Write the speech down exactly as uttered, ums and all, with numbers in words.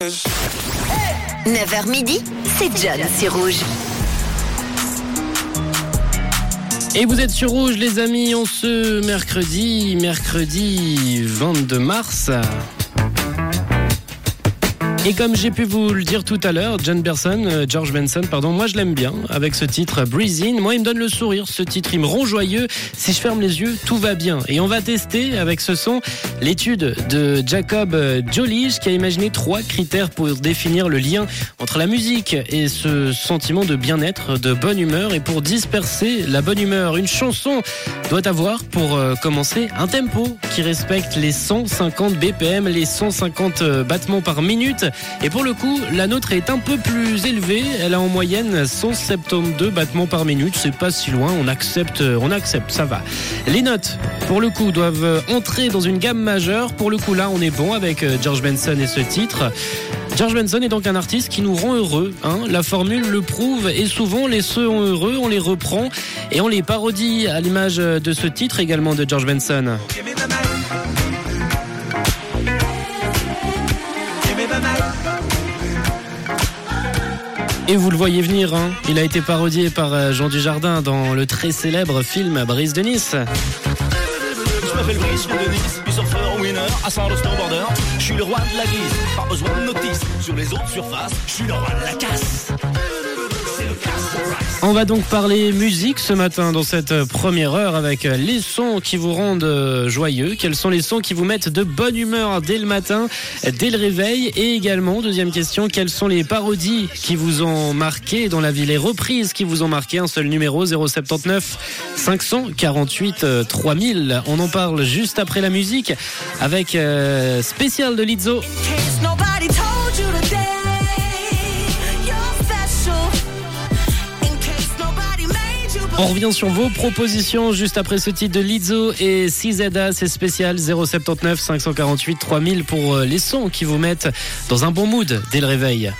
neuf heures midi, c'est John sur Rouge. Et vous êtes sur Rouge, les amis, on se mercredi, mercredi vingt-deux mars. Et comme j'ai pu vous le dire tout à l'heure, John Benson, euh, George Benson, pardon, moi je l'aime bien avec ce titre Breathe In. Moi il me donne le sourire, ce titre il me rend joyeux. Si je ferme les yeux, tout va bien. Et on va tester avec ce son l'étude de Jacob Jolich qui a imaginé trois critères pour définir le lien entre la musique et ce sentiment de bien-être, de bonne humeur. Et pour disperser la bonne humeur, une chanson doit avoir pour euh, commencer un tempo qui respecte les cent cinquante B P M, les cent cinquante battements par minute. Et pour le coup, la nôtre est un peu plus élevée. Elle a en moyenne cent soixante-douze battements par minute. C'est pas si loin. On accepte, on accepte, ça va. Les notes, pour le coup, doivent entrer dans une gamme majeure. Pour le coup, là, on est bon avec George Benson et ce titre. George Benson est donc un artiste qui nous rend heureux, hein. La formule le prouve et souvent les sont heureux, on les reprend et on les parodie à l'image de ce titre également de George Benson. Et vous le voyez venir, hein. Il a été parodié par Jean Dujardin dans le très célèbre film Brise de Nice. Je m'appelle Brice, je viens de Nice, puis surfeur, winner, ascendant snowboarder. Je suis le roi de la guise, pas besoin de notice. Sur les autres surfaces, je suis le roi de la casse. C'est le casse. On va donc parler musique ce matin dans cette première heure avec les sons qui vous rendent joyeux. Quels sont les sons qui vous mettent de bonne humeur dès le matin, dès le réveil? Et également, deuxième question, quelles sont les parodies qui vous ont marqué dans la vie, les reprises qui vous ont marqué? Un seul numéro, zéro sept neuf cinq cent quarante-huit trois mille. On en parle juste après la musique avec euh, spécial de Lizzo. On revient sur vos propositions juste après ce titre de Lizzo et C Z A, c'est spécial zéro sept neuf cinq cent quarante-huit trois mille pour les sons qui vous mettent dans un bon mood dès le réveil.